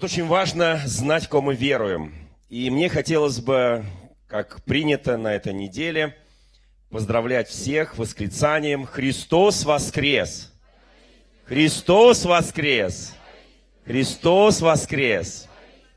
очень важно знать, в ком мы веруем. И мне хотелось бы, как принято на этой неделе, поздравлять всех восклицанием «Христос воскрес! Христос воскрес! Христос воскрес!»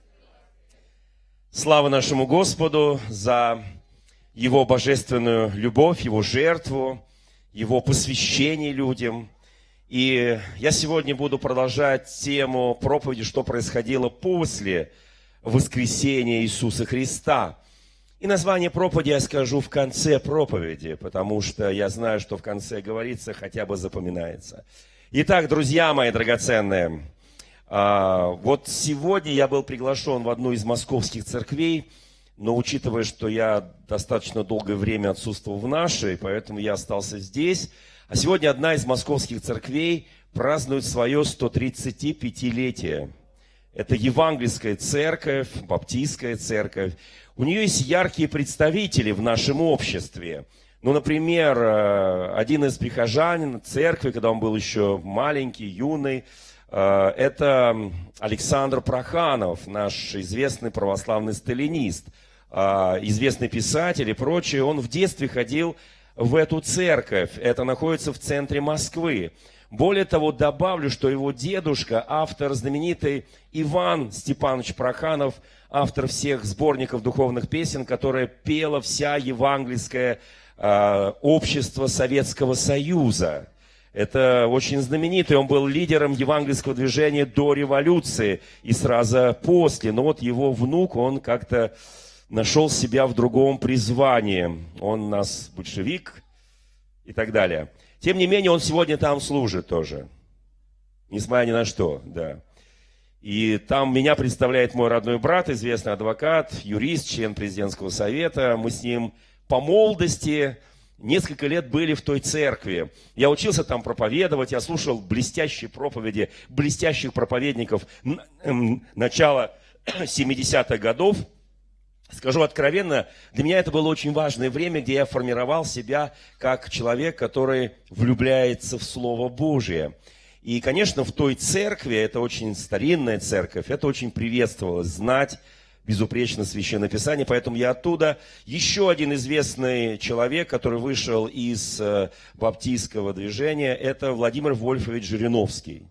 Слава нашему Господу за Его божественную любовь, Его жертву, Его посвящение людям. И я сегодня буду продолжать тему проповеди, что происходило после воскресения Иисуса Христа. И название проповеди я скажу в конце проповеди, потому что я знаю, что в конце говорится, хотя бы запоминается. Итак, друзья мои драгоценные, вот сегодня я был приглашен в одну из московских церквей, но учитывая, что я достаточно долгое время отсутствовал в нашей, поэтому я остался здесь. А сегодня одна из московских церквей празднует свое 135-летие. Это Евангельская церковь, Баптистская церковь. У нее есть яркие представители в нашем обществе. Ну, например, один из прихожан церкви, когда он был еще маленький, юный, это Александр Проханов, наш известный православный сталинист, известный писатель и прочее. Он в детстве ходил в эту церковь. Это находится в центре Москвы. Более того, добавлю, что его дедушка, автор знаменитый Иван Степанович Проханов, автор всех сборников духовных песен, которые пело вся евангельское общество Советского Союза. Это очень знаменитый, он был лидером евангельского движения до революции и сразу после. Но вот его внук, он как-то нашел себя в другом призвании. Он у нас большевик и так далее. Тем не менее, он сегодня там служит тоже. Несмотря ни на что, да. И там меня представляет мой родной брат, известный адвокат, юрист, член президентского совета. Мы с ним по молодости несколько лет были в той церкви. Я учился там проповедовать, я слушал блестящие проповеди блестящих проповедников начала 70-х годов. Скажу откровенно, для меня это было очень важное время, где я формировал себя как человек, который влюбляется в Слово Божие. И, конечно, в той церкви, это очень старинная церковь, это очень приветствовалось, знать безупречно Священное Писание. Поэтому я оттуда. Еще один известный человек, который вышел из баптистского движения, это Владимир Вольфович Жириновский.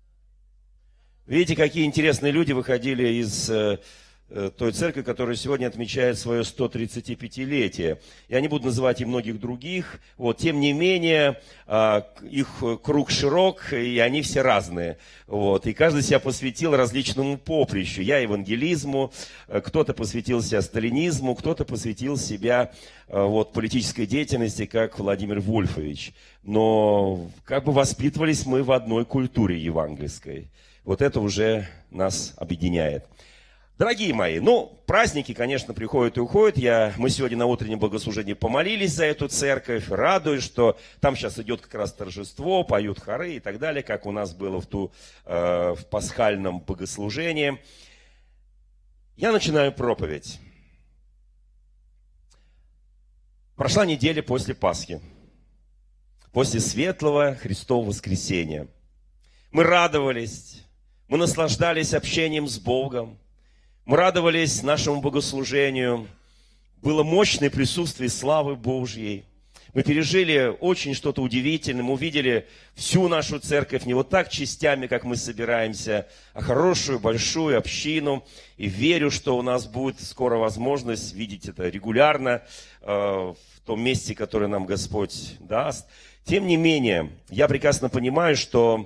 Видите, какие интересные люди выходили из той церкви, которая сегодня отмечает свое 135-летие. Я не буду называть и многих других. Вот, тем не менее, их круг широк, и они все разные. Вот, и каждый себя посвятил различному поприщу. Я евангелизму, кто-то посвятил себя сталинизму, кто-то посвятил себя политической деятельности, как Владимир Вольфович. Но как бы воспитывались мы в одной культуре евангельской. Вот это уже нас объединяет. Дорогие мои, праздники, конечно, приходят и уходят. Мы сегодня на утреннем богослужении помолились за эту церковь, радуюсь, что там сейчас идет как раз торжество, поют хоры и так далее, как у нас было в пасхальном богослужении. Я начинаю проповедь. Прошла неделя после Пасхи, после светлого Христова воскресения. Мы радовались, мы наслаждались общением с Богом. Мы радовались нашему богослужению. Было мощное присутствие славы Божьей. Мы пережили очень что-то удивительное. Мы увидели всю нашу церковь не вот так частями, как мы собираемся, а хорошую, большую общину. И верю, что у нас будет скоро возможность видеть это регулярно в том месте, которое нам Господь даст. Тем не менее, я прекрасно понимаю, что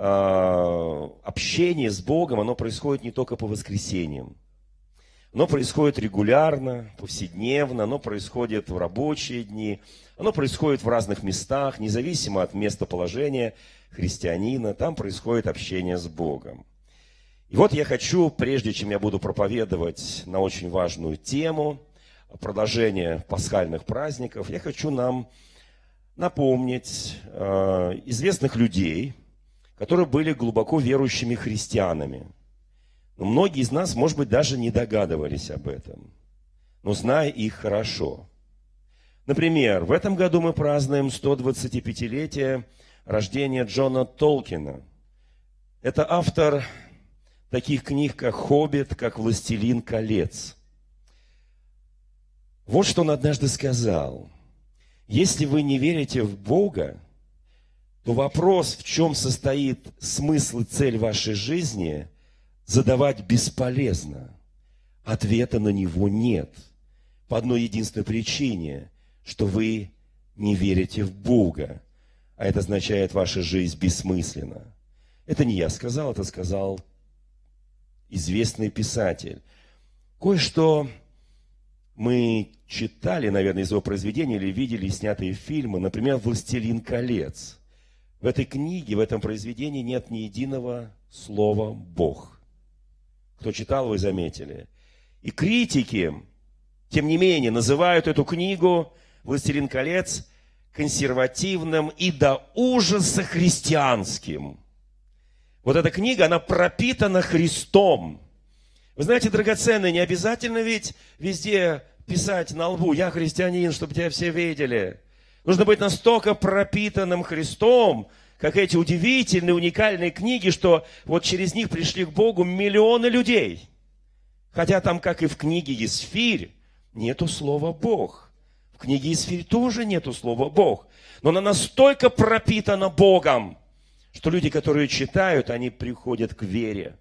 общение с Богом, оно происходит не только по воскресеньям. Оно происходит регулярно, повседневно, оно происходит в рабочие дни, оно происходит в разных местах, независимо от местоположения христианина, там происходит общение с Богом. И вот я хочу, прежде чем я буду проповедовать на очень важную тему, продолжение пасхальных праздников, я хочу нам напомнить известных людей, которые были глубоко верующими христианами. Но многие из нас, может быть, даже не догадывались об этом, но зная их хорошо. Например, в этом году мы празднуем 125-летие рождения Джона Толкина. Это автор таких книг, как «Хоббит», как «Властелин колец». Вот что он однажды сказал. Если вы не верите в Бога, то вопрос, в чем состоит смысл и цель вашей жизни, задавать бесполезно. Ответа на него нет. По одной единственной причине, что вы не верите в Бога. А это означает, ваша жизнь бессмысленна. Это не я сказал, это сказал известный писатель. Кое-что мы читали, наверное, из его произведений или видели снятые фильмы. Например, «Властелин колец». В этой книге, в этом произведении нет ни единого слова «Бог». Кто читал, вы заметили. И критики, тем не менее, называют эту книгу «Властелин колец» консервативным и до ужаса христианским. Вот эта книга, она пропитана Христом. Вы знаете, драгоценные, не обязательно ведь везде писать на лбу «Я христианин», чтобы тебя все видели. Нужно быть настолько пропитанным Христом, как эти удивительные, уникальные книги, что вот через них пришли к Богу миллионы людей. Хотя там, как и в книге Есфирь, нету слова «Бог». В книге Есфирь тоже нету слова «Бог». Но она настолько пропитана Богом, что люди, которые читают, они приходят к вере.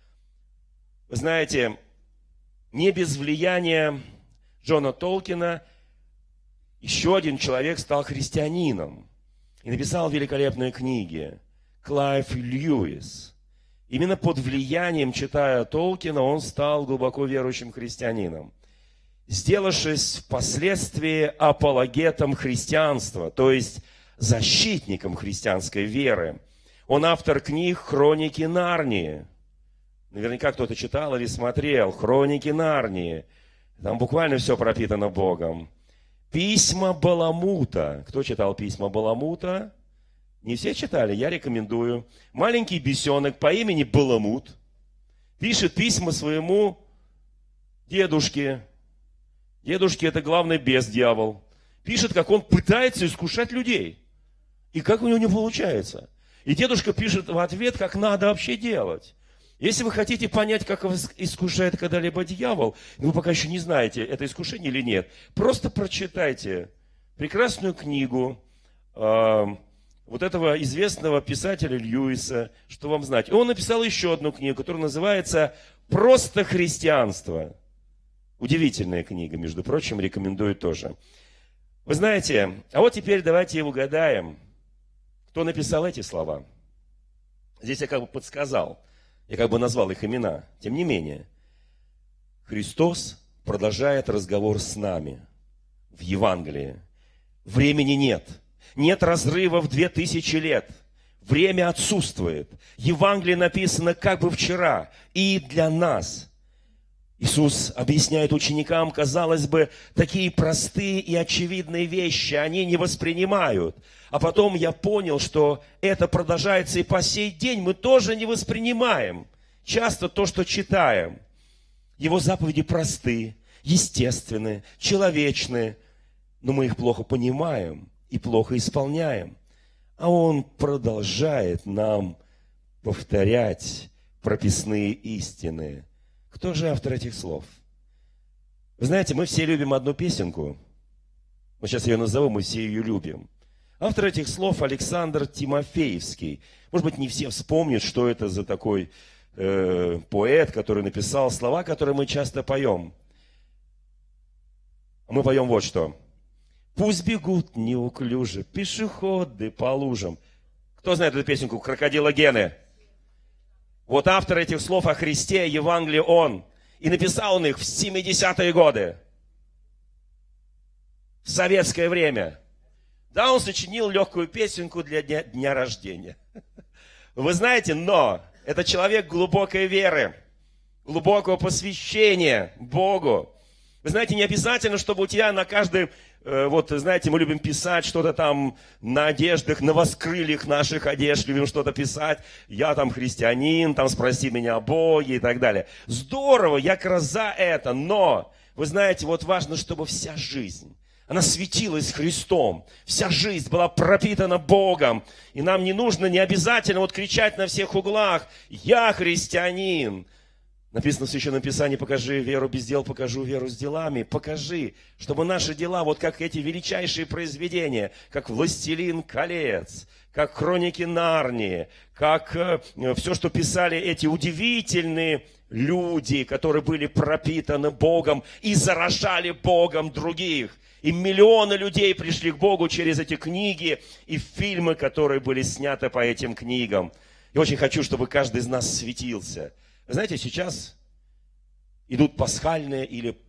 Вы знаете, не без влияния Джона Толкина еще один человек стал христианином и написал великолепные книги. Клайв Льюис. Именно под влиянием, читая Толкина, он стал глубоко верующим христианином, сделавшись впоследствии апологетом христианства, то есть защитником христианской веры. Он автор книг «Хроники Нарнии». Наверняка кто-то читал или смотрел «Хроники Нарнии». Там буквально все пропитано Богом. «Письма Баламута». Кто читал «Письма Баламута»? Не все читали, я рекомендую. Маленький бесенок по имени Баламут пишет письма своему дедушке. Дедушке это главный бес, дьявол. Пишет, как он пытается искушать людей. И как у него не получается. И дедушка пишет в ответ, как надо вообще делать. Если вы хотите понять, как вас искушает когда-либо дьявол, вы пока еще не знаете, это искушение или нет, просто прочитайте прекрасную книгу вот этого известного писателя Льюиса, что вам знать. И он написал еще одну книгу, которая называется «Просто христианство». Удивительная книга, между прочим, рекомендую тоже. Вы знаете, а вот теперь давайте угадаем, кто написал эти слова. Здесь я как бы подсказал, я как бы назвал их имена. Тем не менее, Христос продолжает разговор с нами в Евангелии. Времени нет. Нет разрыва в 2000 лет. Время отсутствует. Евангелие написано как бы вчера. И для нас. Иисус объясняет ученикам, казалось бы, такие простые и очевидные вещи они не воспринимают. А потом я понял, что это продолжается и по сей день мы тоже не воспринимаем. Часто то, что читаем. Его заповеди просты, естественны, человечны, но мы их плохо понимаем и плохо исполняем. А Он продолжает нам повторять прописные истины. Кто же автор этих слов? Вы знаете, мы все любим одну песенку. Вот сейчас я ее назову, мы все ее любим. Автор этих слов Александр Тимофеевский. Может быть, не все вспомнят, что это за такой поэт, который написал слова, которые мы часто поем. Мы поем вот что. Пусть бегут неуклюже пешеходы по лужам. Кто знает эту песенку «Крокодила Гены»? Вот автор этих слов о Христе, Евангелии он. И написал он их в 70-е годы. В советское время. Да, он сочинил легкую песенку для дня рождения. Вы знаете, но это человек глубокой веры, глубокого посвящения Богу. Вы знаете, не обязательно, чтобы у тебя на каждой, вот, знаете, мы любим писать что-то там на одеждах, на воскрыльях наших одежд, любим что-то писать. Я там христианин, там спроси меня о Боге и так далее. Здорово, я как раз за это, но, вы знаете, вот важно, чтобы вся жизнь, Она светилась Христом. Вся жизнь была пропитана Богом. И нам не нужно, не обязательно вот кричать на всех углах: «Я христианин». Написано в Священном Писании: покажи веру без дел, покажу веру с делами. Покажи, чтобы наши дела, вот как эти величайшие произведения, как «Властелин колец», как «Хроники Нарнии», как все, что писали эти удивительные люди, которые были пропитаны Богом и заражали Богом других. И миллионы людей пришли к Богу через эти книги и фильмы, которые были сняты по этим книгам. Я очень хочу, чтобы каждый из нас светился. Знаете, сейчас идут пасхальные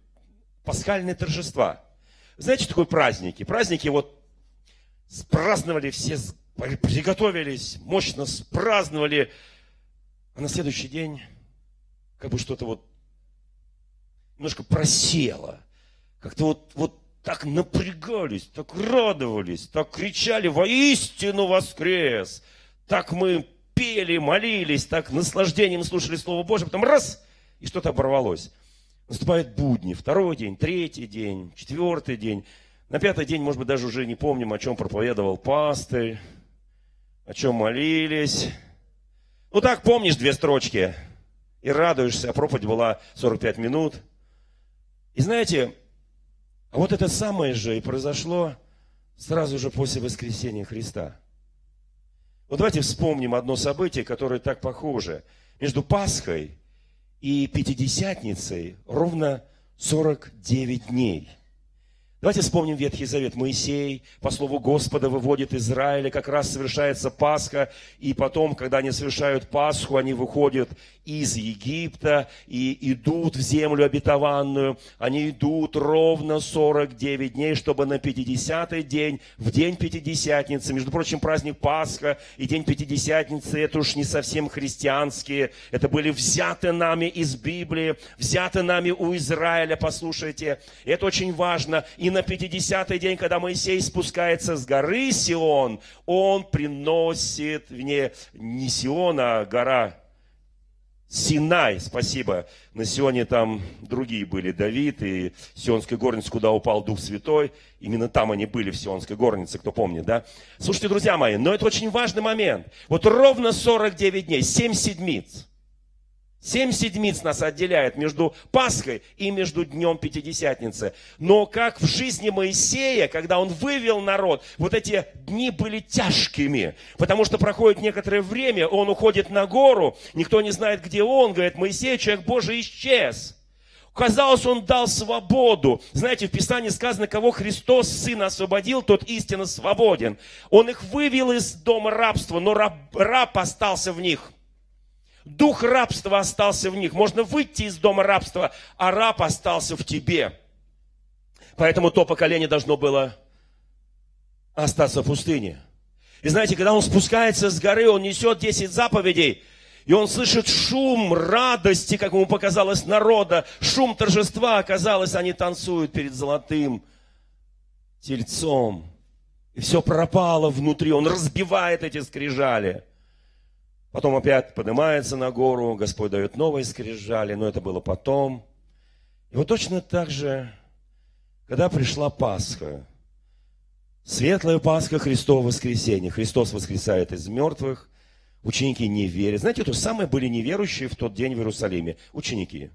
торжества. Знаете, такое праздники? Праздники вот праздновали все, приготовились, мощно спраздновали, а на следующий день как бы что-то вот немножко просело. Как-то вот так напрягались, так радовались, так кричали: «Воистину воскрес!» Так мы пели, молились, так наслаждением слушали Слово Божие, потом раз, и что-то оборвалось. Наступают будни, 2-й день, 3-й день, 4-й день. На 5-й день, может быть, даже уже не помним, о чем проповедовал пастырь, о чем молились. Ну так, помнишь 2 строчки и радуешься, а проповедь была 45 минут. И знаете, а вот это самое же и произошло сразу же после воскресения Христа. Вот давайте вспомним одно событие, которое так похоже. Между Пасхой и Пятидесятницей ровно 49 дней. Давайте вспомним Ветхий Завет. Моисей по слову Господа выводит Израиля, как раз совершается Пасха, и потом, когда они совершают Пасху, они выходят из Египта и идут в землю обетованную. Они идут ровно 49 дней, чтобы на 50-й день, в день Пятидесятницы, между прочим, праздник Пасха и день Пятидесятницы, это уж не совсем христианские, это были взяты нами из Библии, взяты нами у Израиля, послушайте. И это очень важно. И на 50-й день, когда Моисей спускается с горы Сион, он приносит, не Сион, а гора Синай, спасибо. На Сионе там другие были, Давид и Сионская горница, куда упал Дух Святой. Именно там они были, в Сионской горнице, кто помнит, да? Слушайте, друзья мои, но это очень важный момент. Вот ровно 49 дней, 7 седмиц. 7 седмиц нас отделяет между Пасхой и между Днем Пятидесятницы. Но как в жизни Моисея, когда он вывел народ, вот эти дни были тяжкими. Потому что проходит некоторое время, он уходит на гору, никто не знает, где он. Говорит: Моисей, человек Божий, исчез. Казалось, он дал свободу. Знаете, в Писании сказано: кого Христос, Сын, освободил, тот истинно свободен. Он их вывел из дома рабства, но раб остался в них. Дух рабства остался в них. Можно выйти из дома рабства, а раб остался в тебе. Поэтому то поколение должно было остаться в пустыне. И знаете, когда он спускается с горы, он несет 10 заповедей, и он слышит шум радости, как ему показалось, народа, шум торжества. Оказалось, они танцуют перед золотым тельцом. И все пропало внутри. Он разбивает эти скрижали. Потом опять поднимается на гору, Господь дает новые скрижали, но это было потом. И вот точно так же, когда пришла Пасха, светлая Пасха, Христово воскресение, Христос воскресает из мертвых, ученики не верят. Знаете, то самые были неверующие в тот день в Иерусалиме, ученики.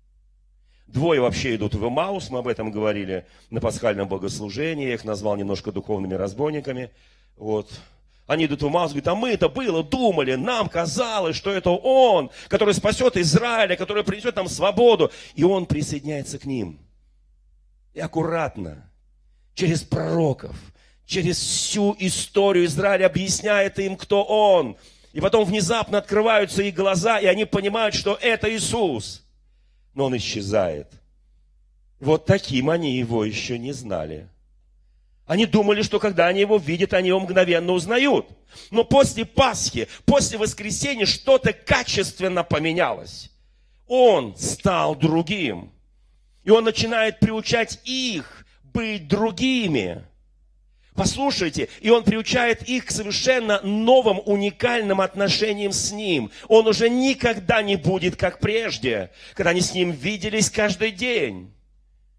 2 вообще идут в Эмаус, мы об этом говорили на пасхальном богослужении, я их назвал немножко духовными разбойниками, вот. Они идут в Эмаус, говорят: а мы это было, думали, нам казалось, что это Он, который спасет Израиля, который принесет нам свободу. И Он присоединяется к ним. И аккуратно, через пророков, через всю историю Израиля объясняет им, кто Он. И потом внезапно открываются их глаза, и они понимают, что это Иисус. Но Он исчезает. Вот таким они Его еще не знали. Они думали, что когда они Его видят, они Его мгновенно узнают. Но после Пасхи, после воскресения что-то качественно поменялось. Он стал другим. И Он начинает приучать их быть другими. Послушайте, и Он приучает их к совершенно новым, уникальным отношениям с Ним. Он уже никогда не будет, как прежде, когда они с Ним виделись каждый день.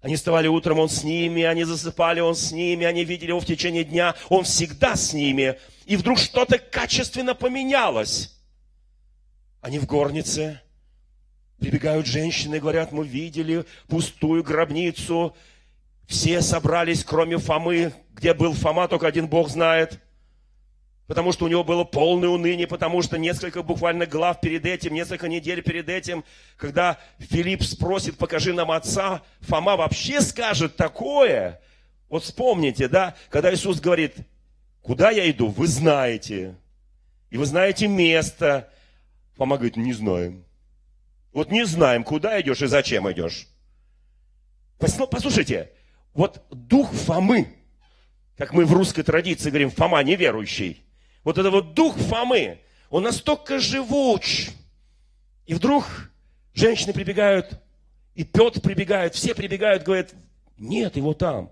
Они вставали утром, он с ними, они засыпали, он с ними, они видели его в течение дня, он всегда с ними. И вдруг что-то качественно поменялось. Они в горнице, прибегают женщины и говорят: мы видели пустую гробницу. Все собрались, кроме Фомы. Где был Фома, только один Бог знает. Потому что у него было полное уныние, потому что несколько буквально глав перед этим, несколько недель перед этим, когда Филипп спросит: покажи нам Отца, Фома вообще скажет такое. Вот вспомните, да, когда Иисус говорит: куда я иду, вы знаете. И вы знаете место. Фома говорит: не знаем. Вот не знаем, куда идешь и зачем идешь. Послушайте, вот дух Фомы, как мы в русской традиции говорим, Фома неверующий. Вот это вот дух Фомы, он настолько живуч. И вдруг женщины прибегают, и Петр прибегает, все прибегают, говорят: нет его там.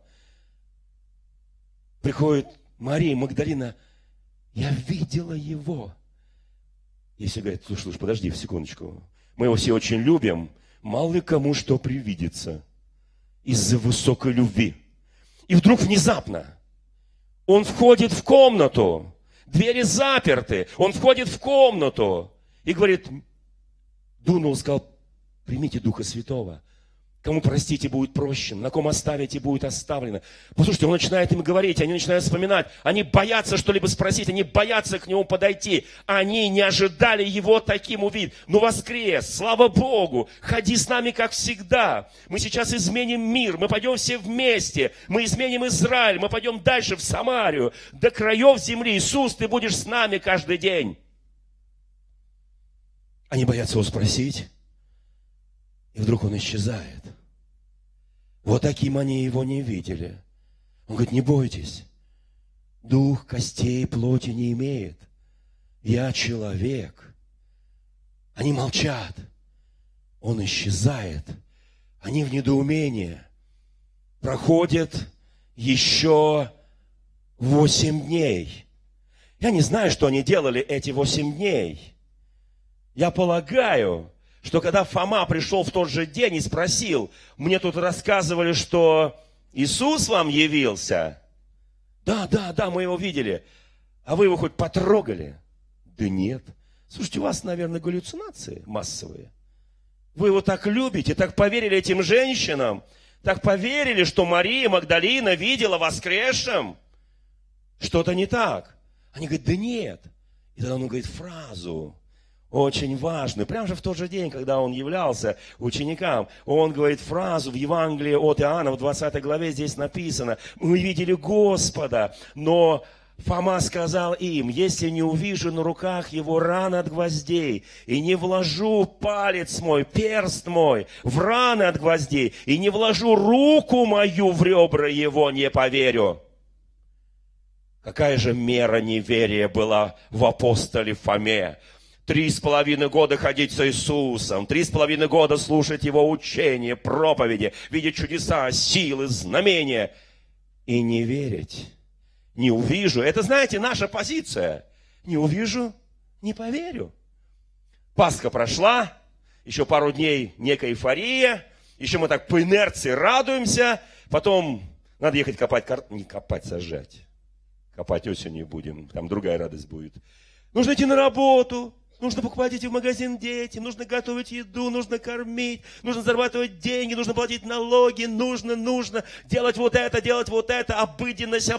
Приходит Мария Магдалина: я видела его. И все говорят: слушай, подожди секундочку. Мы его все очень любим, мало ли кому что привидится из-за высокой любви. И вдруг внезапно он входит в комнату. Двери заперты. Он входит в комнату и говорит, дунул, сказал: примите Духа Святого. Кому простите, будет прощен, на ком оставите, будет оставлено. Послушайте, он начинает им говорить, они начинают вспоминать. Они боятся что-либо спросить, они боятся к нему подойти. Они не ожидали его таким увидеть. Ну, воскрес, слава Богу, ходи с нами, как всегда. Мы сейчас изменим мир, мы пойдем все вместе. Мы изменим Израиль, мы пойдем дальше в Самарию. До краев земли. Иисус, ты будешь с нами каждый день. Они боятся его спросить. И вдруг он исчезает. Вот таким они его не видели. Он говорит: не бойтесь. Дух костей плоти не имеет. Я человек. Они молчат. Он исчезает. Они в недоумении. Проходит еще 8 дней. Я не знаю, что они делали эти 8 дней. Я полагаю, что когда Фома пришел в тот же день и спросил: мне тут рассказывали, что Иисус вам явился. Да, мы его видели. А вы его хоть потрогали? Да нет. Слушайте, у вас, наверное, галлюцинации массовые. Вы его так любите, так поверили этим женщинам, так поверили, что Мария Магдалина видела воскресшим. Что-то не так. Они говорят: да нет. И тогда он говорит фразу очень важную. Прямо же в тот же день, когда он являлся ученикам, он говорит фразу в Евангелии от Иоанна, в 20 главе здесь написано: мы видели Господа, но Фома сказал им: если не увижу на руках его раны от гвоздей, и не вложу палец мой, перст мой в раны от гвоздей, и не вложу руку мою в ребра его, не поверю. Какая же мера неверия была в апостоле Фоме? 3,5 года ходить с Иисусом, 3,5 года слушать Его учения, проповеди, видеть чудеса, силы, знамения. И не верить. Не увижу. Это, знаете, наша позиция. Не увижу, не поверю. Пасха прошла, еще пару дней некая эйфория, еще мы так по инерции радуемся, потом надо ехать копать, не копать, сажать. Копать осенью будем, там другая радость будет. Нужно идти на работу. Нужно покупать идти в магазин детям, нужно готовить еду, нужно кормить, нужно зарабатывать деньги, нужно платить налоги, нужно делать вот это, обыденность.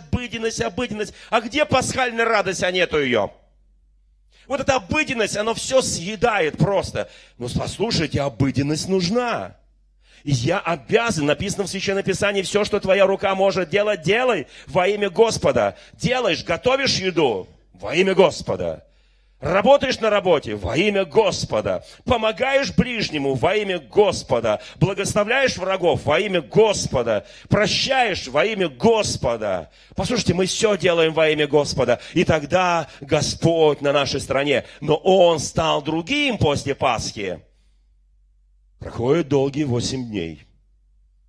А где пасхальная радость, а нету ее? Вот эта обыденность, она все съедает просто. Но послушайте, обыденность нужна. И я обязан, написано в Священном Писании, все, что твоя рука может делать, делай во имя Господа. Делаешь, готовишь еду во имя Господа. Работаешь на работе во имя Господа. Помогаешь ближнему во имя Господа. Благословляешь врагов во имя Господа. Прощаешь во имя Господа. Послушайте, мы все делаем во имя Господа. И тогда Господь на нашей стороне. Но Он стал другим после Пасхи. Проходят долгие 8 дней.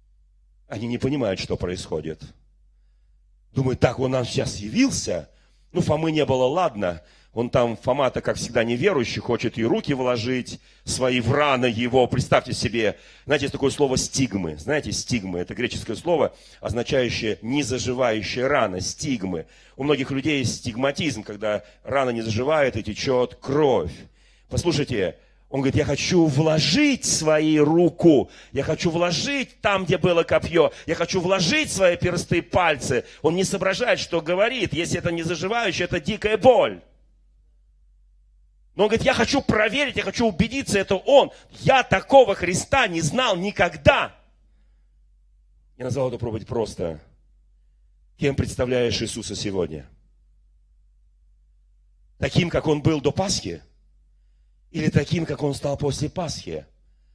Они не понимают, что происходит. Думают: так, он нам сейчас явился. Ну, Фомы не было, ладно. Он там, Фома-то, как всегда, неверующий, хочет и руки вложить свои в раны его. Представьте себе, знаете, есть такое слово стигмы. Знаете, стигмы, это греческое слово, означающее незаживающая рана, стигмы. У многих людей есть стигматизм, когда рана не заживает и течет кровь. Послушайте, он говорит, я хочу вложить свою руку, я хочу вложить там, где было копье, я хочу вложить свои персты и пальцы. Он не соображает, что говорит, если это не заживающее, это дикая боль. Но он говорит, я хочу проверить, я хочу убедиться, это он. Я такого Христа не знал никогда. Я назвал эту проповедь просто. Кем представляешь Иисуса сегодня? Таким, как он был до Пасхи? Или таким, как он стал после Пасхи?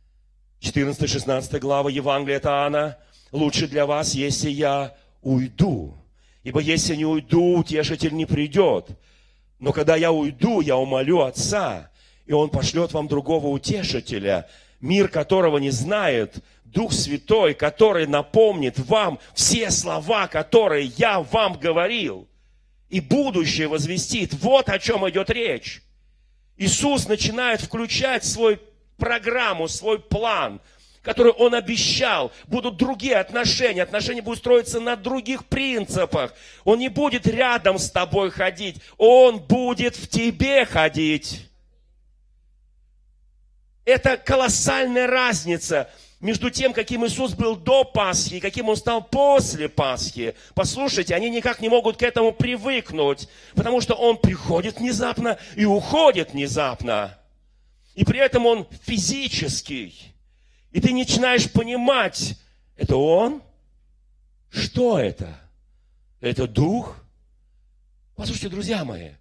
14-16 глава Евангелия от Иоанна. Лучше для вас, если я уйду. Ибо если не уйду, утешитель не придет. Но когда я уйду, я умолю Отца, и Он пошлет вам другого утешителя, мир которого не знает, Дух Святой, который напомнит вам все слова, которые я вам говорил, и будущее возвестит. Вот о чем идет речь. Иисус начинает включать в свою программу, свой план, который Он обещал. Будут другие отношения. Отношения будут строиться на других принципах. Он не будет рядом с тобой ходить. Он будет в тебе ходить. Это колоссальная разница между тем, каким Иисус был до Пасхи и каким Он стал после Пасхи. Послушайте, они никак не могут к этому привыкнуть, потому что Он приходит внезапно и уходит внезапно. И при этом Он физический. И ты начинаешь понимать, это Он? Что это? Это Дух? Послушайте, друзья мои,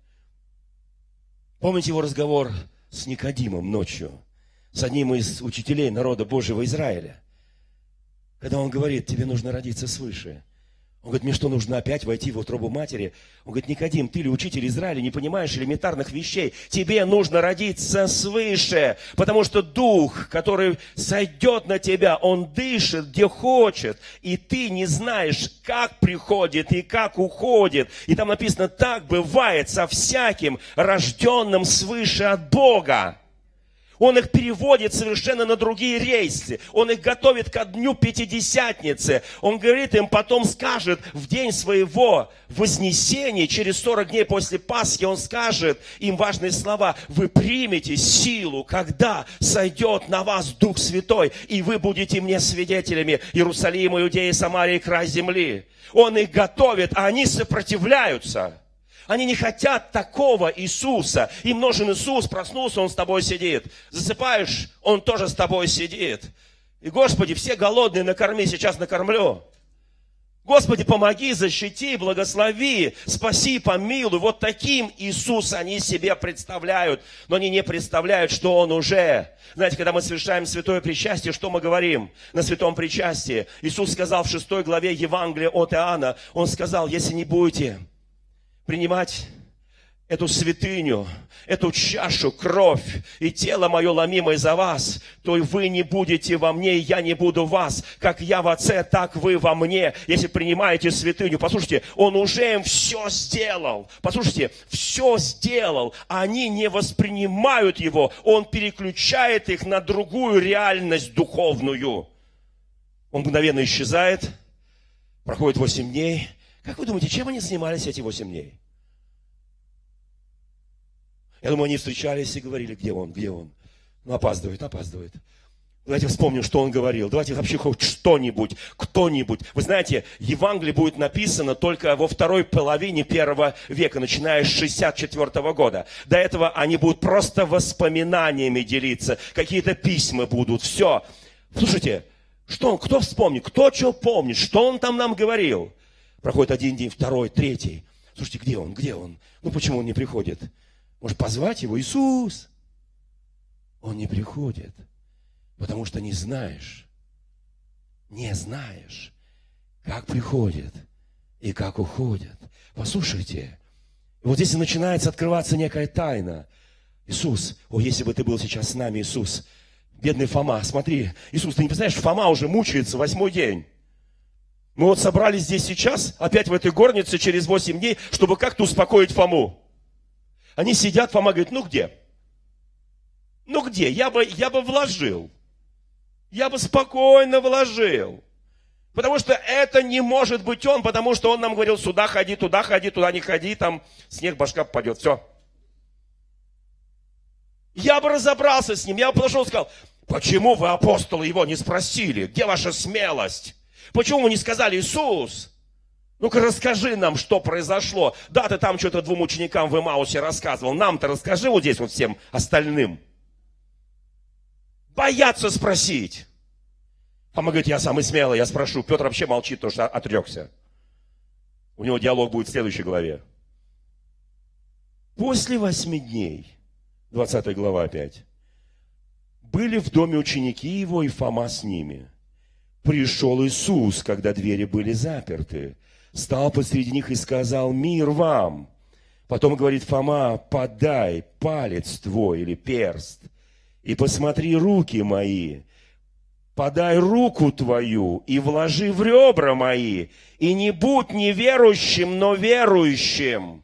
помните его разговор с Никодимом ночью, с одним из учителей народа Божьего Израиля, когда он говорит, тебе нужно родиться свыше. Он говорит, мне что, нужно опять войти в утробу матери? Он говорит, Никодим, ты ли учитель Израиля, не понимаешь элементарных вещей? Тебе нужно родиться свыше, потому что Дух, который сойдет на тебя, Он дышит, где хочет, и ты не знаешь, как приходит и как уходит. И там написано, так бывает со всяким, рожденным свыше от Бога. Он их переводит совершенно на другие рейсы. Он их готовит ко дню Пятидесятницы. Он говорит им, потом скажет, в день своего вознесения, через 40 дней после Пасхи, он скажет им важные слова. Вы примете силу, когда сойдет на вас Дух Святой, и вы будете мне свидетелями Иерусалима, Иудеи, Самарии, край земли. Он их готовит, а они сопротивляются. Они не хотят такого Иисуса. Им нужен Иисус, проснулся, Он с тобой сидит. Засыпаешь, Он тоже с тобой сидит. И, Господи, все голодные накорми, сейчас накормлю. Господи, помоги, защити, благослови, спаси, помилуй. Вот таким Иисус они себе представляют. Но они не представляют, что Он уже. Знаете, когда мы совершаем святое причастие, что мы говорим на святом причастии? Иисус сказал в 6 главе Евангелия от Иоанна, Он сказал, если не будете принимать эту святыню, эту чашу, кровь и тело мое ломимое за вас, то и вы не будете во мне, и я не буду в вас. Как я в Отце, так вы во мне, если принимаете святыню. Послушайте, Он уже им все сделал. Послушайте, все сделал. Они не воспринимают Его. Он переключает их на другую реальность духовную. Он мгновенно исчезает. Проходит 8 дней. Как вы думаете, чем они занимались эти 8 дней? Я думаю, они встречались и говорили, где он. Ну, опаздывает. Давайте вспомним, что он говорил. Давайте вообще хоть что-нибудь, кто-нибудь. Вы знаете, Евангелие будет написано только во второй половине 1 века, начиная с 64 года. До этого они будут просто воспоминаниями делиться. Какие-то письма будут, все. Слушайте, кто вспомнит, кто что помнит, что он там нам говорил? Проходит 1 день, 2, 3. Слушайте, где он? Ну, почему он не приходит? Может, позвать его? Иисус! Он не приходит, потому что не знаешь, как приходит и как уходит. Послушайте, вот здесь и начинается открываться некая тайна. Иисус, если бы ты был сейчас с нами, Иисус, бедный Фома, смотри, Иисус, ты не представляешь, Фома уже мучается 8-й день. Мы вот собрались здесь сейчас, опять в этой горнице через 8 дней, чтобы как-то успокоить Фому. Они сидят, Фома говорит, ну где? Ну где? Я бы вложил. Я бы спокойно вложил. Потому что это не может быть он, потому что он нам говорил, сюда ходи, туда не ходи, там снег, башка попадет, все. Я бы разобрался с ним, я бы подошел и сказал, почему вы, апостолы, его не спросили? Где ваша смелость? Почему вы не сказали, Иисус? Ну-ка расскажи нам, что произошло. Да, ты там что-то 2 ученикам в Эмаусе рассказывал, нам-то расскажи вот здесь вот всем остальным. Боятся спросить. Фома говорит, я самый смелый, я спрошу. Петр вообще молчит, потому что отрекся. У него диалог будет в следующей главе. После 8 дней, 20 глава опять, были в доме ученики его, и Фома с ними. Пришел Иисус, когда двери были заперты, стал посреди них и сказал, мир вам. Потом говорит Фома, подай палец твой или перст, и посмотри руки мои. Подай руку твою и вложи в ребра мои, и не будь неверующим, но верующим.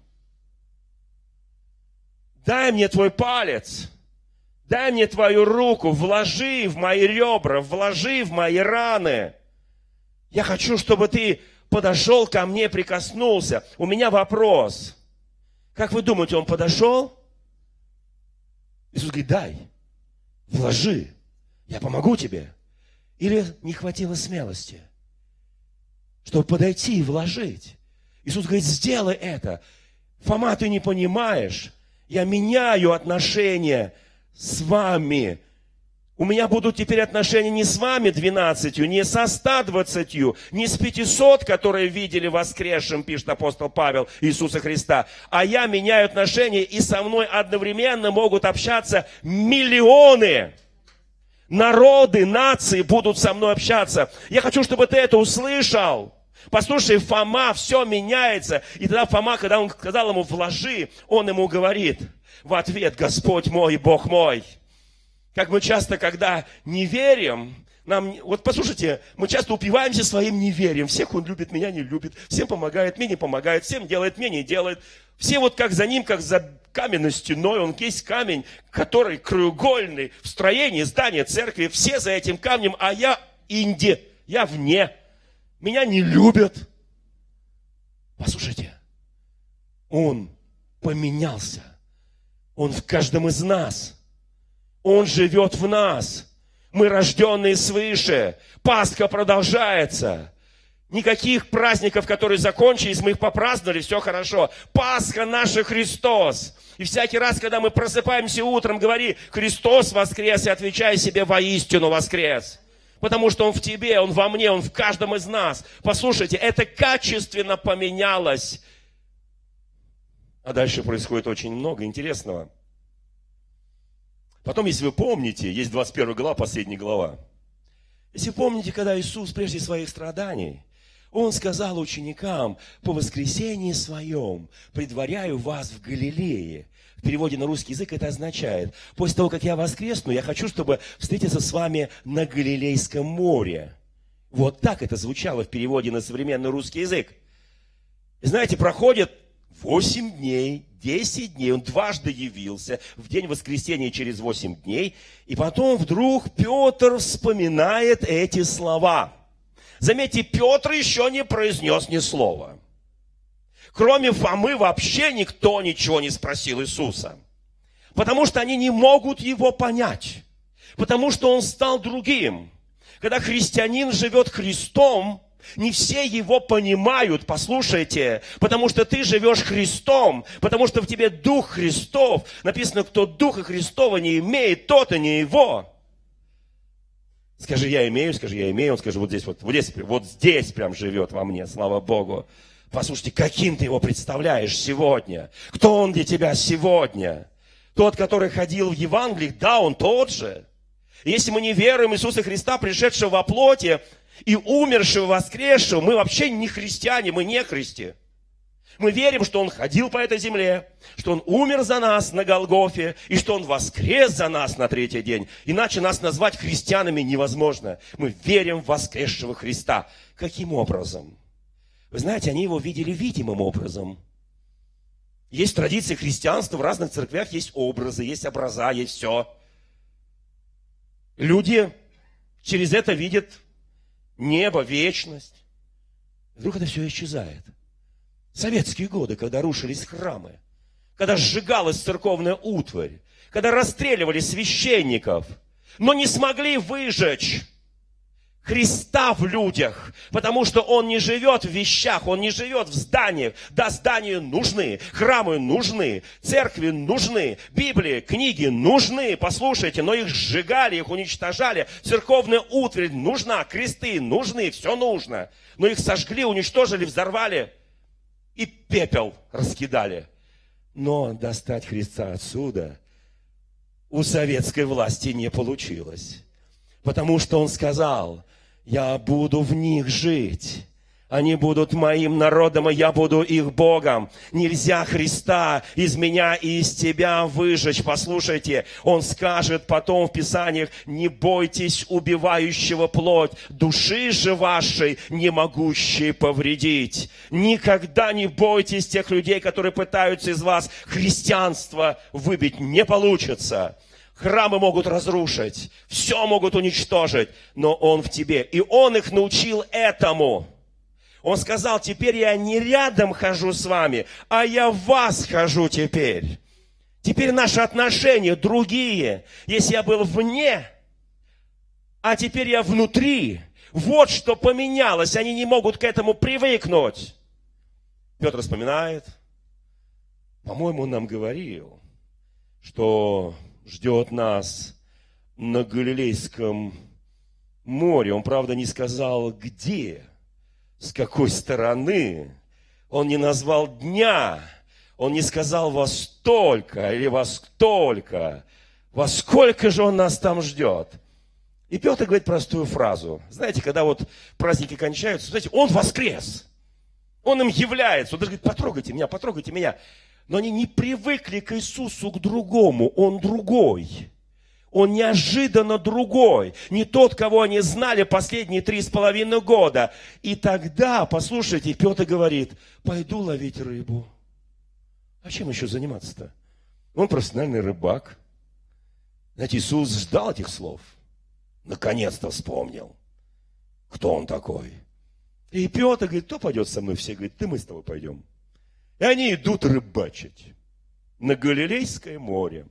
Дай мне твой палец, дай мне твою руку, вложи в мои ребра, вложи в мои раны. Я хочу, чтобы ты подошел ко мне, прикоснулся. У меня вопрос. Как вы думаете, он подошел? Иисус говорит, дай, вложи, я помогу тебе. Или не хватило смелости, чтобы подойти и вложить? Иисус говорит, сделай это. Фома, ты не понимаешь, я меняю отношения с вами. У меня будут теперь отношения не с вами 12, не со 120, не с 500, которые видели воскресшим, пишет апостол Павел, Иисуса Христа. А я меняю отношения, и со мной одновременно могут общаться миллионы. Народы, нации будут со мной общаться. Я хочу, чтобы ты это услышал. Послушай, Фома, все меняется. И тогда Фома, когда он сказал ему, вложи, он ему говорит в ответ, Господь мой, Бог мой. Как мы часто, когда не верим, вот послушайте, мы часто упиваемся своим неверием. Всех он любит, меня не любит. Всем помогает, мне не помогает. Всем делает, мне не делает. Все вот как за ним, как за каменной стеной. Он есть камень, который краеугольный в строении здания церкви. Все за этим камнем, а я инди, я вне. Меня не любят. Послушайте, он поменялся. Он в каждом из нас. Он живет в нас. Мы рожденные свыше. Пасха продолжается. Никаких праздников, которые закончились, мы их попраздновали, все хорошо. Пасха наша Христос. И всякий раз, когда мы просыпаемся утром, говори, Христос воскрес, и отвечай себе, воистину воскрес. Потому что Он в тебе, Он во мне, Он в каждом из нас. Послушайте, это качественно поменялось. А дальше происходит очень много интересного. Потом, если вы помните, есть 21 глава, последняя глава. Если помните, когда Иисус, прежде своих страданий, Он сказал ученикам, по воскресении своем предваряю вас в Галилее. В переводе на русский язык это означает, после того, как я воскресну, я хочу, чтобы встретиться с вами на Галилейском море. Вот так это звучало в переводе на современный русский язык. И знаете, проходит 8 дней, 10 дней, он дважды явился, в день воскресения через 8 дней, и потом вдруг Петр вспоминает эти слова. Заметьте, Петр еще не произнес ни слова. Кроме Фомы вообще никто ничего не спросил Иисуса, потому что они не могут его понять, потому что он стал другим. Когда христианин живет Христом, не все его понимают, послушайте, потому что ты живешь Христом, потому что в тебе Дух Христов. Написано, кто Духа Христова не имеет, тот и не его. Скажи, я имею, он скажет, вот здесь прям живет во мне, слава Богу. Послушайте, каким ты его представляешь сегодня? Кто он для тебя сегодня? Тот, который ходил в Евангелиях, да, он тот же. Если мы не веруем в Иисуса Христа, пришедшего во плоти, и умершего, воскресшего, мы вообще не христиане, мы не христи. Мы верим, что Он ходил по этой земле, что Он умер за нас на Голгофе, и что Он воскрес за нас на третий день. Иначе нас назвать христианами невозможно. Мы верим в воскресшего Христа. Каким образом? Вы знаете, они Его видели видимым образом. Есть традиции христианства, в разных церквях есть образы, есть образа, есть все. Люди через это видят небо, вечность. Вдруг это все исчезает. Советские годы, когда рушились храмы, когда сжигалась церковная утварь, когда расстреливали священников, но не смогли выжечь Христа в людях, потому что Он не живет в вещах, Он не живет в зданиях. Да, здания нужны, храмы нужны, церкви нужны, Библии, книги нужны, послушайте, но их сжигали, их уничтожали. Церковная утварь нужна, кресты нужны, все нужно. Но их сожгли, уничтожили, взорвали и пепел раскидали. Но достать Христа отсюда у советской власти не получилось. Потому что Он сказал: я буду в них жить. Они будут моим народом, и я буду их Богом. Нельзя Христа из меня и из тебя выжечь. Послушайте, Он скажет потом в Писаниях: не бойтесь убивающего плоть, души же вашей, не могущей повредить. Никогда не бойтесь тех людей, которые пытаются из вас христианство выбить. Не получится. Храмы могут разрушить, все могут уничтожить, но Он в тебе. И Он их научил этому. Он сказал: теперь я не рядом хожу с вами, а я в вас хожу теперь. Теперь наши отношения другие. Если я был вне, а теперь я внутри. Вот что поменялось, они не могут к этому привыкнуть. Петр вспоминает. По-моему, он нам говорил, что ждет нас на Галилейском море. Он, правда, не сказал, где, с какой стороны. Он не назвал дня. Он не сказал во столько или во столько. Во сколько же Он нас там ждет? И Петр говорит простую фразу. Знаете, когда вот праздники кончаются, знаете, Он воскрес. Он им является. Он даже говорит: потрогайте меня, потрогайте меня. Но они не привыкли к Иисусу, к другому. Он другой. Он неожиданно другой. Не тот, кого они знали последние 3,5 года. И тогда, послушайте, Петр говорит: пойду ловить рыбу. А чем еще заниматься-то? Он профессиональный рыбак. Знаете, Иисус ждал этих слов. Наконец-то вспомнил, кто Он такой. И Петр говорит: кто пойдет со мной? Все говорят: мы с тобой пойдем. И они идут рыбачить на Галилейское море.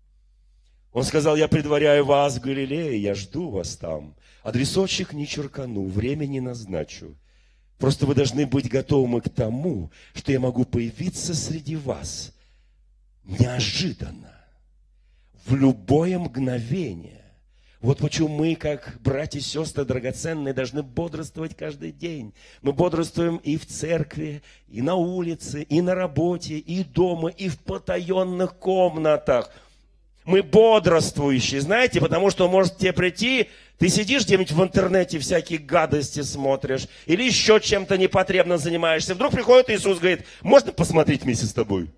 Он сказал: я предваряю вас в Галилее, я жду вас там. Адресочек не черкану, время не назначу. Просто вы должны быть готовы к тому, что я могу появиться среди вас неожиданно, в любое мгновение. Вот почему мы, как братья и сестры драгоценные, должны бодрствовать каждый день. Мы бодрствуем и в церкви, и на улице, и на работе, и дома, и в потаенных комнатах. Мы бодрствующие, знаете, потому что Он может к тебе прийти, ты сидишь где-нибудь в интернете, всякие гадости смотришь, или еще чем-то непотребно занимаешься. Вдруг приходит Иисус, говорит: можно посмотреть вместе с тобой?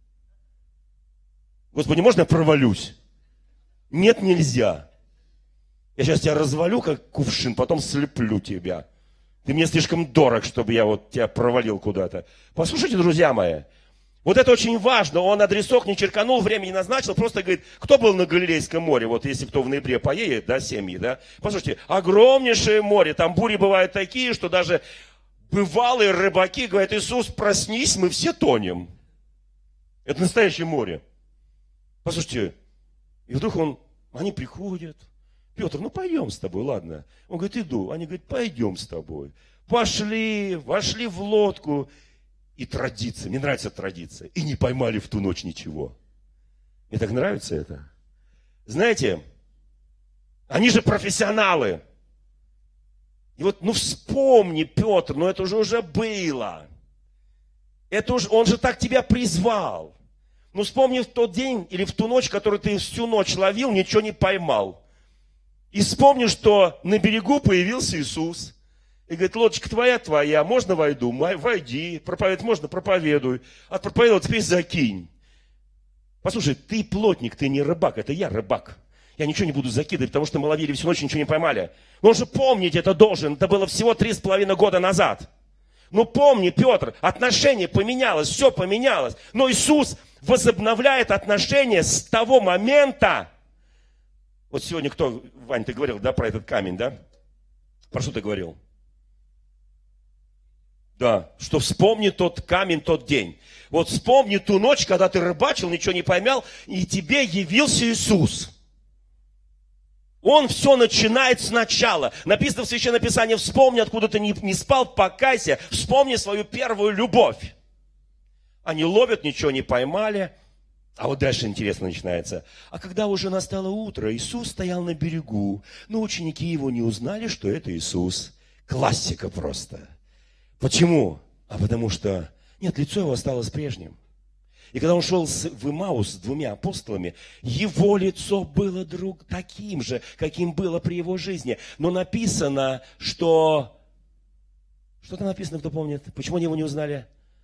Господи, можно я провалюсь? Нет, нельзя. Я сейчас тебя развалю, как кувшин, потом слеплю тебя. Ты мне слишком дорог, чтобы я вот тебя провалил куда-то. Послушайте, друзья мои, вот это очень важно. Он адресок не черканул, время не назначил, просто говорит: кто был на Галилейском море? Вот если кто в ноябре поедет, да, семьи, да. Послушайте, огромнейшее море, там бури бывают такие, что даже бывалые рыбаки говорят: Иисус, проснись, мы все тонем. Это настоящее море. Послушайте, и вдруг они приходят. Петр: ну пойдем с тобой, ладно. Он говорит: иду. Они говорят: пойдем с тобой. Пошли, вошли в лодку. И традиция, мне нравится традиция. И не поймали в ту ночь ничего. Мне так нравится это. Знаете, они же профессионалы. И вот, вспомни, Петр, это уже было. Это уже, Он же так тебя призвал. Вспомни в тот день или в ту ночь, которую ты всю ночь ловил, ничего не поймал. И вспомни, что на берегу появился Иисус. И говорит, лодочка твоя, можно войду? Войди. Проповедовать можно? Проповедуй. Отпроповедовал, теперь закинь. Послушай, ты плотник, ты не рыбак, это я рыбак. Я ничего не буду закидывать, потому что мы ловили всю ночь, ничего не поймали. Но он же помнить это должен. Это было всего 3,5 года назад. Ну помни, Петр, отношение поменялось, все поменялось. Но Иисус возобновляет отношения с того момента. Вот сегодня кто, Вань, ты говорил, да, про этот камень, да? Про что ты говорил? Да, что вспомни тот камень, тот день. Вот вспомни ту ночь, когда ты рыбачил, ничего не поймал, и тебе явился Иисус. Он все начинает сначала. Написано в Священном Писании, вспомни, откуда ты не спал, покайся, вспомни свою первую любовь. Они ловят, ничего не поймали. А вот дальше интересно начинается. А когда уже настало утро, Иисус стоял на берегу, но ученики его не узнали, что это Иисус. Классика просто. Почему? А потому что, нет, лицо его осталось прежним. И когда он шел в Имаус с 2 апостолами, его лицо было таким же, каким было при его жизни. Но написано, что... Что там написано, кто помнит? Почему они его не узнали?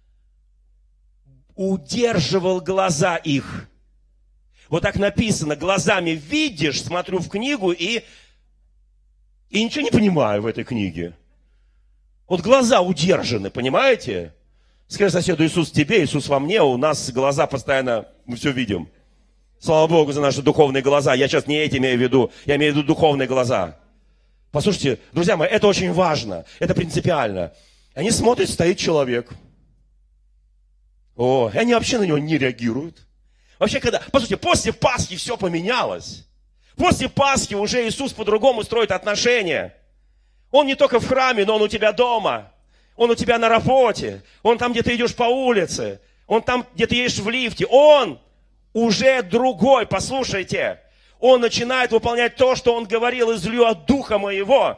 Удерживал глаза их. Вот так написано, глазами видишь, смотрю в книгу и ничего не понимаю в этой книге. Вот глаза удержаны, понимаете? Скажи соседу, Иисус в тебе, Иисус во мне, у нас глаза постоянно, мы все видим. Слава Богу за наши духовные глаза. Я сейчас не эти имею в виду, я имею в виду духовные глаза. Послушайте, друзья мои, это очень важно, это принципиально. Они смотрят, стоит человек. И они вообще на него не реагируют. Вообще, послушайте, после Пасхи все поменялось. После Пасхи уже Иисус по-другому строит отношения. Он не только в храме, но он у тебя дома. Он у тебя на работе, он там, где ты идешь по улице, он там, где ты едешь в лифте. Он уже другой, послушайте. Он начинает выполнять то, что он говорил, излью от Духа моего.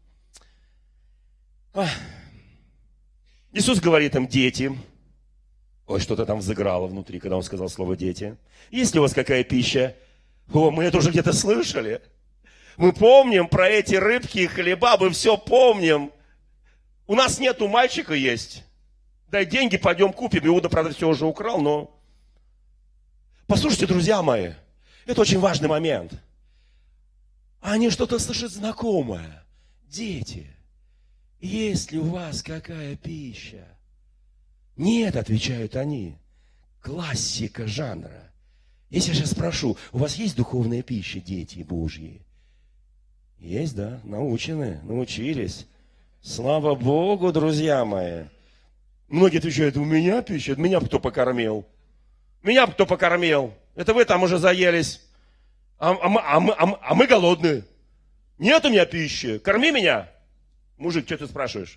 Иисус говорит им, дети. Ой, что-то там взыграло внутри, когда он сказал слово дети. Есть ли у вас какая пища? Мы это уже где-то слышали. Мы помним про эти рыбки и хлеба, мы все помним. У нас нету, мальчика есть. Дай деньги, пойдем купим. Иуда, правда, все уже украл, но... Послушайте, друзья мои, это очень важный момент. Они что-то слышат знакомое. Дети, есть ли у вас какая пища? Нет, отвечают они. Классика жанра. Если я сейчас спрошу, у вас есть духовная пища, дети Божьи? Есть, да, научены, научились. Слава Богу, друзья мои. Многие отвечают, у меня пища, меня кто покормил? Меня кто покормил? Это вы там уже заелись. А мы голодные. Нет у меня пищи, корми меня. Мужик, что ты спрашиваешь?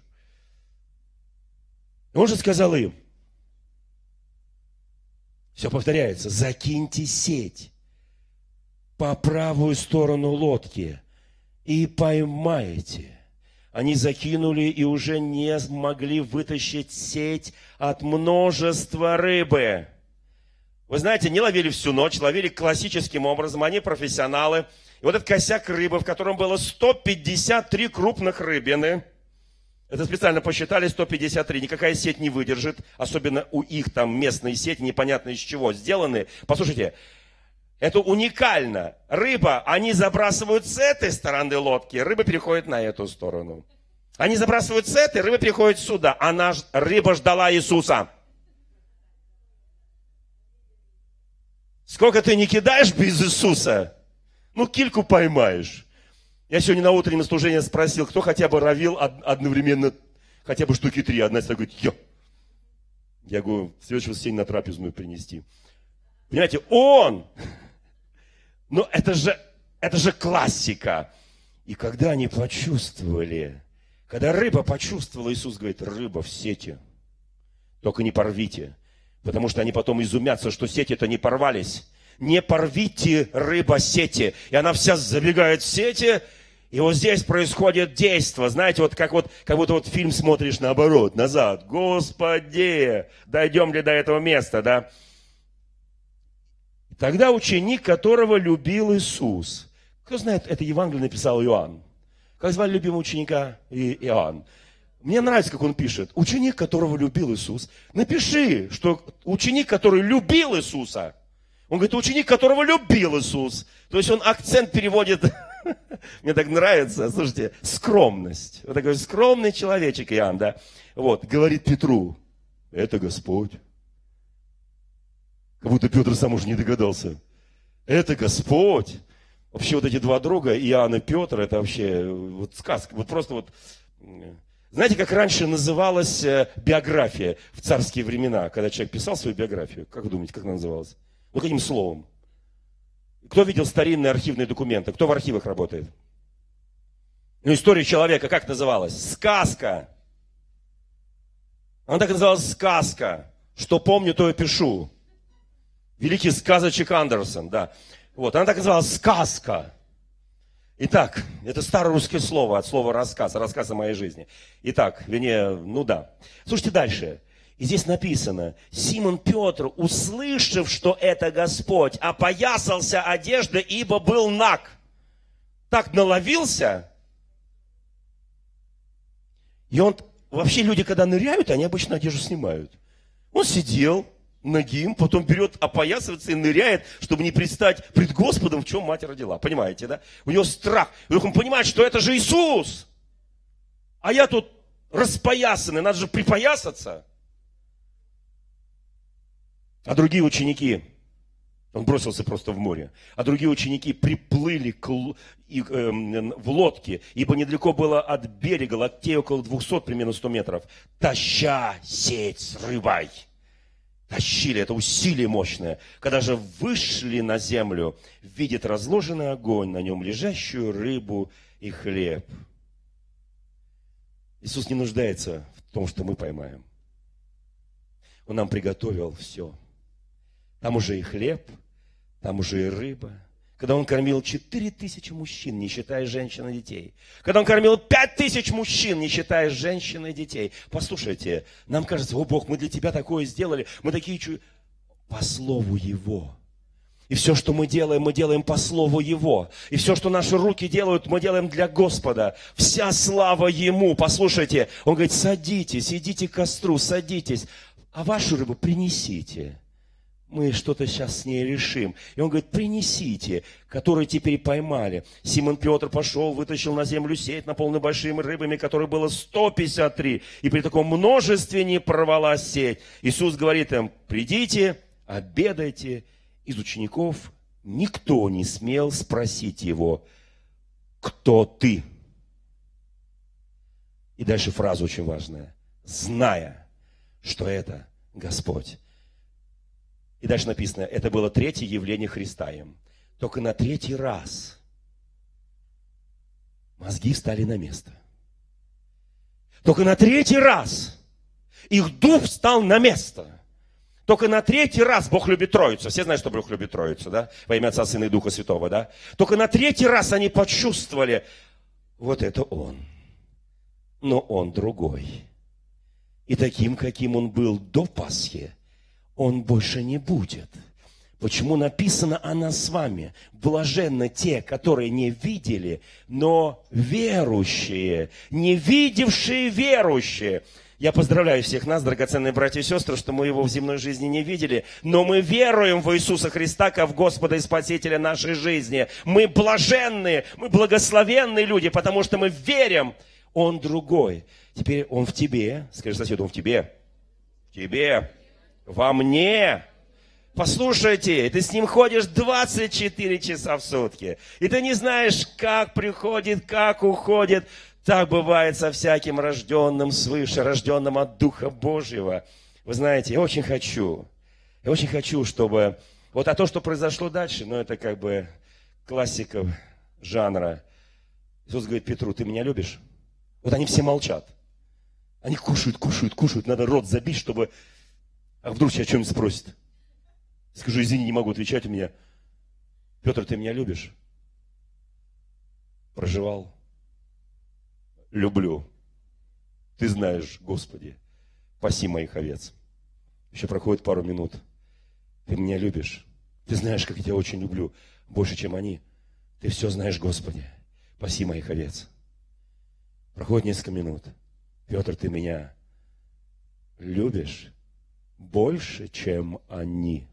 Он же сказал им, все повторяется, закиньте сеть по правую сторону лодки и поймаете. Они закинули и уже не могли вытащить сеть от множества рыбы. Вы знаете, не ловили всю ночь, ловили классическим образом, они профессионалы. И вот этот косяк рыбы, в котором было 153 крупных рыбины, это специально посчитали, 153, никакая сеть не выдержит, особенно у их там местные сети, непонятно из чего сделаны. Послушайте, это уникально. Рыба, они забрасывают с этой стороны лодки, рыба переходит на эту сторону. Они забрасывают с этой, рыба переходит сюда. Рыба ждала Иисуса. Сколько ты не кидаешь без Иисуса, кильку поймаешь. Я сегодня на утреннем служении спросил, кто хотя бы ловил одновременно, хотя бы штуки 3. Одна говорит, я говорю, в следующее воскресенье на трапезную принести. Понимаете, это же классика. И когда они почувствовали, когда рыба почувствовала, Иисус говорит, рыба в сети, только не порвите. Потому что они потом изумятся, что сети-то не порвались. Не порвите, рыба, сети. И она вся забегает в сети, и вот здесь происходит действие. Знаете, как будто фильм смотришь наоборот, назад. Господи, дойдем ли до этого места, да? Тогда ученик, которого любил Иисус. Кто знает, это Евангелие написал Иоанн. Как звали любимого ученика Иоанн? Мне нравится, как он пишет. Ученик, которого любил Иисус. Напиши, что ученик, который любил Иисуса. Он говорит, ученик, которого любил Иисус. То есть он акцент переводит, мне так нравится, слушайте, скромность. Вот такой скромный человечек Иоанн, да. Вот, говорит Петру, это Господь. Как будто Петр сам уже не догадался. Это Господь. Вообще вот эти два друга, Иоанн и Петр, это вообще вот сказка. Вот просто вот... Знаете, как раньше называлась биография в царские времена, когда человек писал свою биографию? Как вы думаете, как она называлась? Ну, каким словом? Кто видел старинные архивные документы? Кто в архивах работает? Ну, история человека как называлась? Сказка. Она так называлась сказка. Что помню, то и пишу. Великий сказочек Андерсон, да. Вот, она так называлась сказка. Итак, это старорусское слово от слова рассказ, рассказ о моей жизни. Итак, вернее, ну да. Слушайте дальше. И здесь написано, Симон Петр, услышав, что это Господь, опоясался одеждой, ибо был наг. Так наловился. И он, вообще люди, когда ныряют, они обычно одежду снимают. Он сидел нагим, потом берет, опоясывается и ныряет, чтобы не предстать пред Господом, в чем мать родила. Понимаете, да? У него страх. Вдруг он понимает, что это же Иисус. А я тут распоясанный, надо же припоясаться. А другие ученики, он бросился просто в море, а другие ученики приплыли в лодке, ибо недалеко было от берега, локтей около 200, примерно 100 метров, таща сеть с рыбой. Тащили, это усилие мощное. Когда же вышли на землю, видят разложенный огонь, на нем лежащую рыбу и хлеб. Иисус не нуждается в том, что мы поймаем. Он нам приготовил все. Там уже и хлеб, там уже и рыба. Когда он кормил 4000 мужчин, не считая женщин и детей. Когда он кормил 5000 мужчин, не считая женщин и детей. Послушайте, нам кажется, о Бог, мы для тебя такое сделали. Мы такие по слову Его. И все, что мы делаем по слову Его. И все, что наши руки делают, мы делаем для Господа. Вся слава Ему. Послушайте, Он говорит, садитесь, идите к костру, садитесь. А вашу рыбу принесите. Мы что-то сейчас с ней решим. И он говорит, принесите, которые теперь поймали. Симон Петр пошел, вытащил на землю сеть, наполненную большими рыбами, которых было 153. И при таком множестве не порвалась сеть. Иисус говорит им, придите, обедайте. Из учеников никто не смел спросить его, кто ты? И дальше фраза очень важная. Зная, что это Господь. И дальше написано, это было третье явление Христа им. Только на третий раз мозги встали на место. Только на третий раз их дух встал на место. Только на третий раз Бог любит Троицу. Все знают, что Бог любит Троицу, да? Во имя Отца, Сына и Духа Святого, да? Только на третий раз они почувствовали, вот это Он. Но Он другой. И таким, каким Он был до Пасхи, Он больше не будет. Почему написано о нас с вами? Блаженны те, которые не видели, но верующие. Не видевшие верующие. Я поздравляю всех нас, драгоценные братья и сестры, что мы Его в земной жизни не видели, но мы веруем в Иисуса Христа, как в Господа и Спасителя нашей жизни. Мы блаженные, мы благословенные люди, потому что мы верим, Он другой. Теперь Он в тебе. Скажи соседу, Он в тебе. В тебе. Во мне. Послушайте, ты с Ним ходишь 24 часа в сутки. И ты не знаешь, как приходит, как уходит. Так бывает со всяким рожденным свыше, рожденным от Духа Божьего. Вы знаете, я очень хочу, чтобы... Вот то, что произошло дальше, это как бы классика жанра. Иисус говорит Петру, ты меня любишь? Вот они все молчат. Они кушают. Надо рот забить, чтобы... А вдруг тебя что-нибудь спросит? Скажу, извини, не могу отвечать у меня. Петр, ты меня любишь? Проживал. Люблю. Ты знаешь, Господи, паси моих овец. Еще проходит пару минут. Ты меня любишь. Ты знаешь, как я тебя очень люблю. Больше, чем они. Ты все знаешь, Господи, паси моих овец. Проходит несколько минут. Петр, ты меня любишь больше, чем они?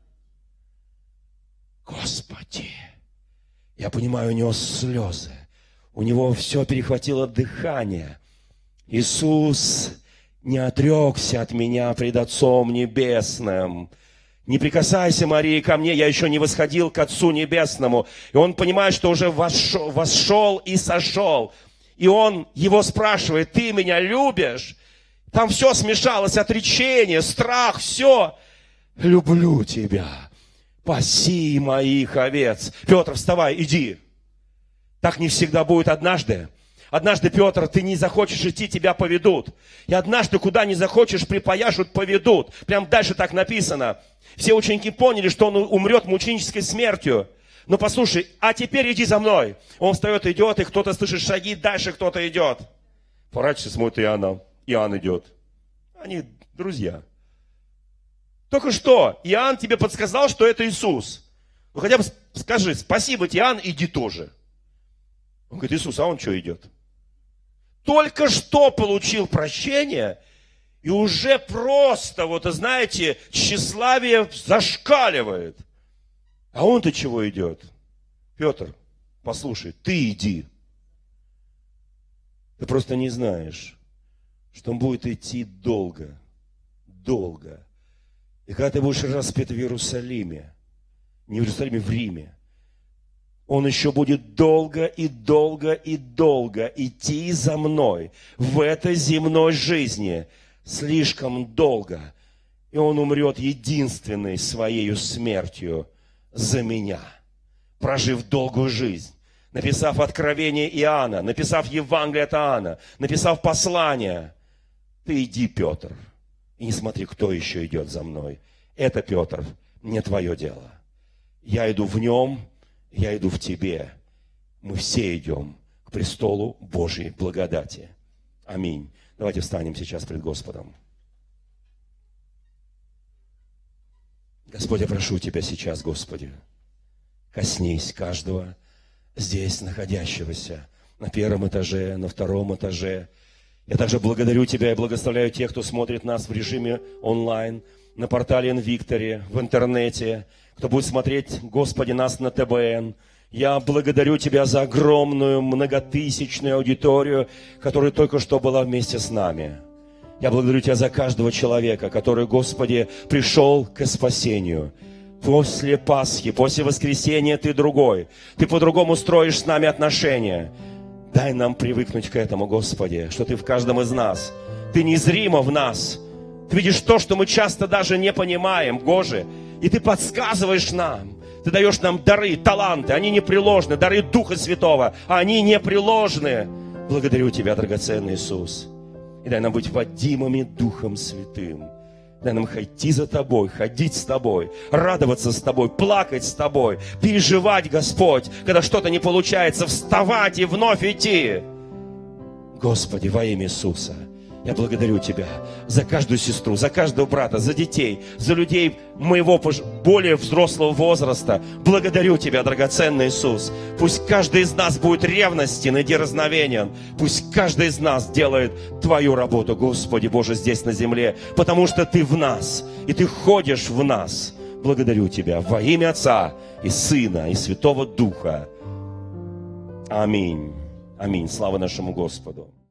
Господи! Я понимаю, у него слезы. У него все перехватило дыхание. Иисус не отрекся от меня пред Отцом Небесным. Не прикасайся, Мария, ко мне, я еще не восходил к Отцу Небесному. И он понимает, что уже восшел и сошел. И он его спрашивает, ты меня любишь? Там все смешалось, отречение, страх, все. Люблю тебя. Паси моих овец. Петр, вставай, иди. Так не всегда будет однажды. Однажды, Петр, ты не захочешь идти, тебя поведут. И однажды, куда не захочешь, припаяшут, поведут. Прям дальше так написано. Все ученики поняли, что он умрет мученической смертью. Но послушай, а теперь иди за мной. Он встает, идет, и кто-то слышит шаги, дальше кто-то идет. Поворачивается, смотрит Иоанна. Иоанн идет. Они друзья. Только что Иоанн тебе подсказал, что это Иисус. Ну хотя бы скажи, спасибо тебе, Иоанн, иди тоже. Он говорит, Иисус, а он что идет? Только что получил прощение, и уже просто, вот знаете, тщеславие зашкаливает. А он-то чего идет? Петр, послушай, ты иди. Ты просто не знаешь, что он будет идти долго, долго. И когда ты будешь распят в Иерусалиме, не в Иерусалиме, в Риме, он еще будет долго и долго и долго идти за мной в этой земной жизни, слишком долго. И он умрет единственной своей смертью за меня, прожив долгую жизнь, написав Откровение Иоанна, написав Евангелие от Иоанна, написав послание. Ты иди, Петр, и не смотри, кто еще идет за мной. Это, Петр, не твое дело. Я иду в нем, я иду в тебе. Мы все идем к престолу Божьей благодати. Аминь. Давайте встанем сейчас пред Господом. Господь, я прошу Тебя сейчас, Господи, коснись каждого здесь находящегося, на первом этаже, на втором этаже. Я также благодарю Тебя и благословляю тех, кто смотрит нас в режиме онлайн, на портале Инвикторе, в интернете, кто будет смотреть, Господи, нас на ТБН. Я благодарю Тебя за огромную многотысячную аудиторию, которая только что была вместе с нами. Я благодарю Тебя за каждого человека, который, Господи, пришел к спасению. После Пасхи, после воскресения Ты другой. Ты по-другому строишь с нами отношения. Дай нам привыкнуть к этому, Господи, что Ты в каждом из нас. Ты незримо в нас. Ты видишь то, что мы часто даже не понимаем, Боже. И Ты подсказываешь нам. Ты даешь нам дары, таланты. Они непреложны. Дары Духа Святого. Они непреложны. Благодарю Тебя, драгоценный Иисус. И дай нам быть водимыми Духом Святым. Дай нам идти за Тобой, ходить с Тобой, радоваться с Тобой, плакать с Тобой, переживать, Господь, когда что-то не получается, вставать и вновь идти. Господи, во имя Иисуса, я благодарю Тебя за каждую сестру, за каждого брата, за детей, за людей моего более взрослого возраста. Благодарю Тебя, драгоценный Иисус. Пусть каждый из нас будет ревностен и дерзновенен. Пусть каждый из нас делает Твою работу, Господи Боже, здесь на земле, потому что Ты в нас, и Ты ходишь в нас. Благодарю Тебя во имя Отца и Сына и Святого Духа. Аминь. Аминь. Слава нашему Господу.